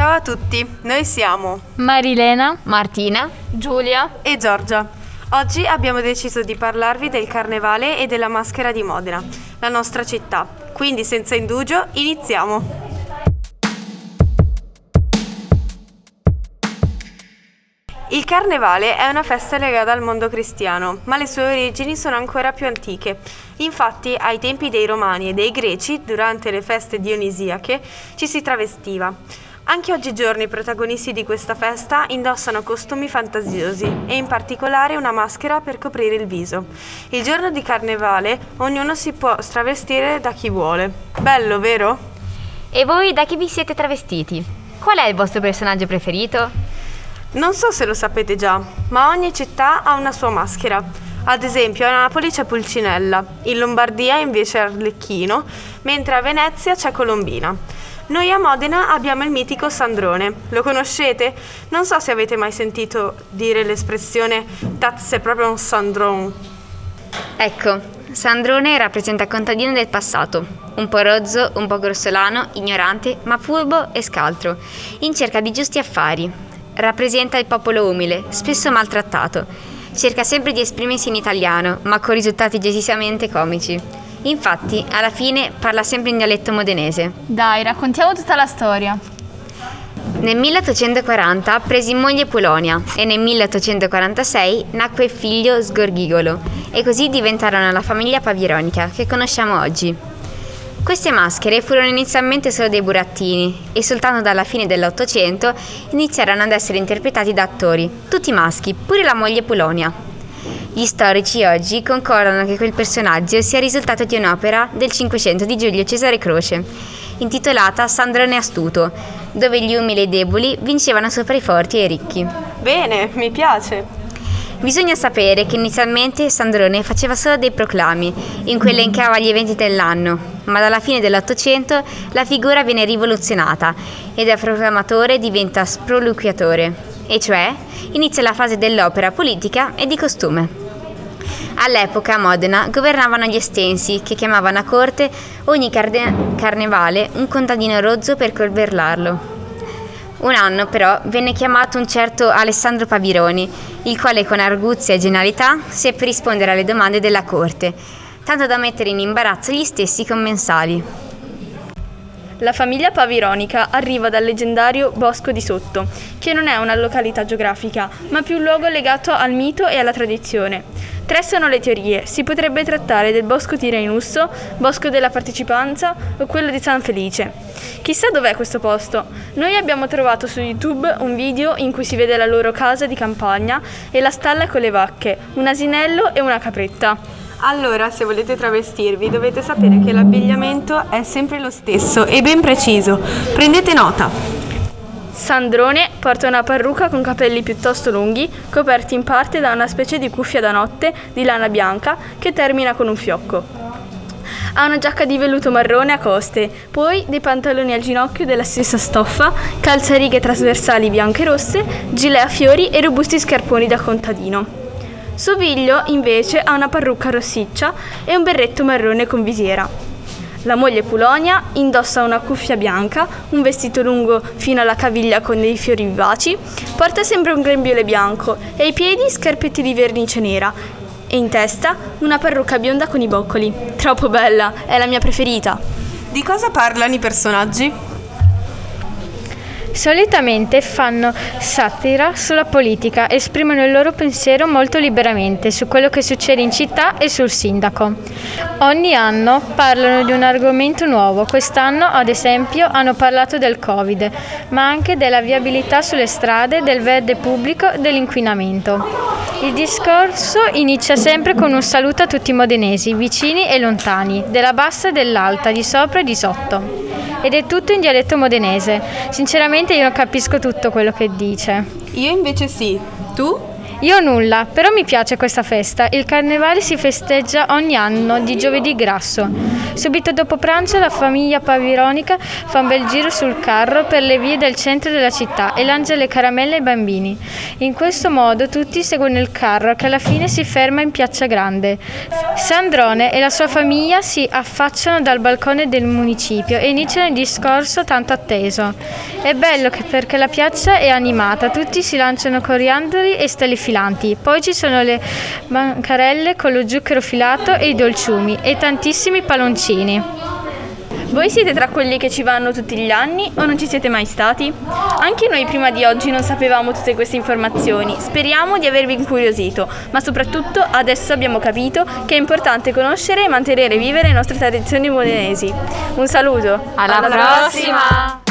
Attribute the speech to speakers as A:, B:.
A: Ciao a tutti, noi siamo
B: Marilena,
C: Martina,
B: Giulia
A: e Giorgia. Oggi abbiamo deciso di parlarvi del Carnevale e della Maschera di Modena, la nostra città. Quindi senza indugio iniziamo! Il Carnevale è una festa legata al mondo cristiano, ma le sue origini sono ancora più antiche. Infatti, ai tempi dei Romani e dei Greci, durante le feste dionisiache, ci si travestiva. Anche oggigiorno i protagonisti di questa festa indossano costumi fantasiosi e in particolare una maschera per coprire il viso. Il giorno di Carnevale ognuno si può travestire da chi vuole. Bello, vero?
C: e voi da chi vi siete travestiti? Qual è il vostro personaggio preferito?
A: Non so se lo sapete già, ma ogni città ha una sua maschera. Ad esempio a Napoli c'è Pulcinella, in Lombardia invece Arlecchino, mentre a Venezia c'è Colombina. Noi a Modena abbiamo il mitico Sandrone. Lo conoscete? Non so se avete mai sentito dire l'espressione "Taz è proprio un Sandron".
C: Ecco, Sandrone rappresenta il contadino del passato, un po' rozzo, un po' grossolano, ignorante, ma furbo e scaltro, in cerca di giusti affari. Rappresenta il popolo umile, spesso maltrattato. Cerca sempre di esprimersi in italiano, ma con risultati decisamente comici. Infatti, alla fine parla sempre in dialetto modenese.
B: Dai, raccontiamo tutta la storia.
C: Nel 1840 prese in moglie Polonia e nel 1846 nacque il figlio Sgorgigolo e così diventarono la famiglia pavironica che conosciamo oggi. Queste maschere furono inizialmente solo dei burattini e soltanto dalla fine dell'Ottocento iniziarono ad essere interpretati da attori, tutti maschi, pure la moglie Polonia. Gli storici oggi concordano che quel personaggio sia risultato di un'opera del Cinquecento di Giulio Cesare Croce, intitolata Sandrone astuto, dove gli umili e deboli vincevano sopra i forti e i ricchi.
A: Bene, mi piace!
C: Bisogna sapere che inizialmente Sandrone faceva solo dei proclami, in cui elencava gli eventi dell'anno, ma dalla fine dell'Ottocento la figura viene rivoluzionata e da proclamatore diventa sproloquiatore, e cioè inizia la fase dell'opera politica e di costume. All'epoca a Modena governavano gli Estensi, che chiamavano a corte ogni carnevale un contadino rozzo per governarlo. Un anno però venne chiamato un certo Alessandro Pavironi, il quale con arguzia e genialità seppe rispondere alle domande della corte, tanto da mettere in imbarazzo gli stessi commensali.
D: La famiglia pavironica arriva dal leggendario Bosco di Sotto, che non è una località geografica, ma più un luogo legato al mito e alla tradizione. 3 sono le teorie: si potrebbe trattare del Bosco Tirainusso, Bosco della Partecipanza o quello di San Felice. Chissà dov'è questo posto. Noi abbiamo trovato su YouTube un video in cui si vede la loro casa di campagna e la stalla con le vacche, un asinello e una capretta.
A: Allora, se volete travestirvi, dovete sapere che l'abbigliamento è sempre lo stesso e ben preciso. Prendete nota.
D: Sandrone porta una parrucca con capelli piuttosto lunghi, coperti in parte da una specie di cuffia da notte di lana bianca che termina con un fiocco. Ha una giacca di velluto marrone a coste, poi dei pantaloni al ginocchio della stessa stoffa, calzarighe trasversali bianche e rosse, gilet a fiori e robusti scarponi da contadino. Soviglio invece ha una parrucca rossiccia e un berretto marrone con visiera. La moglie Polonia indossa una cuffia bianca, un vestito lungo fino alla caviglia con dei fiori vivaci, porta sempre un grembiule bianco e ai piedi scarpetti di vernice nera e in testa una parrucca bionda con i boccoli. Troppo bella, è la mia preferita.
A: Di cosa parlano i personaggi?
B: Solitamente fanno satira sulla politica, esprimono il loro pensiero molto liberamente su quello che succede in città e sul sindaco. Ogni anno parlano di un argomento nuovo. Quest'anno, ad esempio, hanno parlato del Covid, ma anche della viabilità sulle strade, del verde pubblico, dell'inquinamento. Il discorso inizia sempre con un saluto a tutti i modenesi, vicini e lontani, della bassa e dell'alta, di sopra e di sotto. Ed è tutto in dialetto modenese. Sinceramente io non capisco tutto quello che dice.
A: Io invece sì. Tu?
B: Io nulla, però mi piace questa festa. Il carnevale si festeggia ogni anno di giovedì grasso. Subito dopo pranzo la famiglia pavironica fa un bel giro sul carro per le vie del centro della città e lancia le caramelle ai bambini. In questo modo tutti seguono il carro che alla fine si ferma in Piazza Grande. Sandrone e la sua famiglia si affacciano dal balcone del municipio e iniziano il discorso tanto atteso. È bello perché la piazza è animata, tutti si lanciano coriandoli e stelle filanti, poi ci sono le bancarelle con lo zucchero filato e i dolciumi e tantissimi palloncini.
D: Voi siete tra quelli che ci vanno tutti gli anni o non ci siete mai stati? Anche noi prima di oggi non sapevamo tutte queste informazioni. Speriamo di avervi incuriosito, ma soprattutto adesso abbiamo capito che è importante conoscere e mantenere vive le nostre tradizioni modenesi. Un saluto!
C: Alla prossima!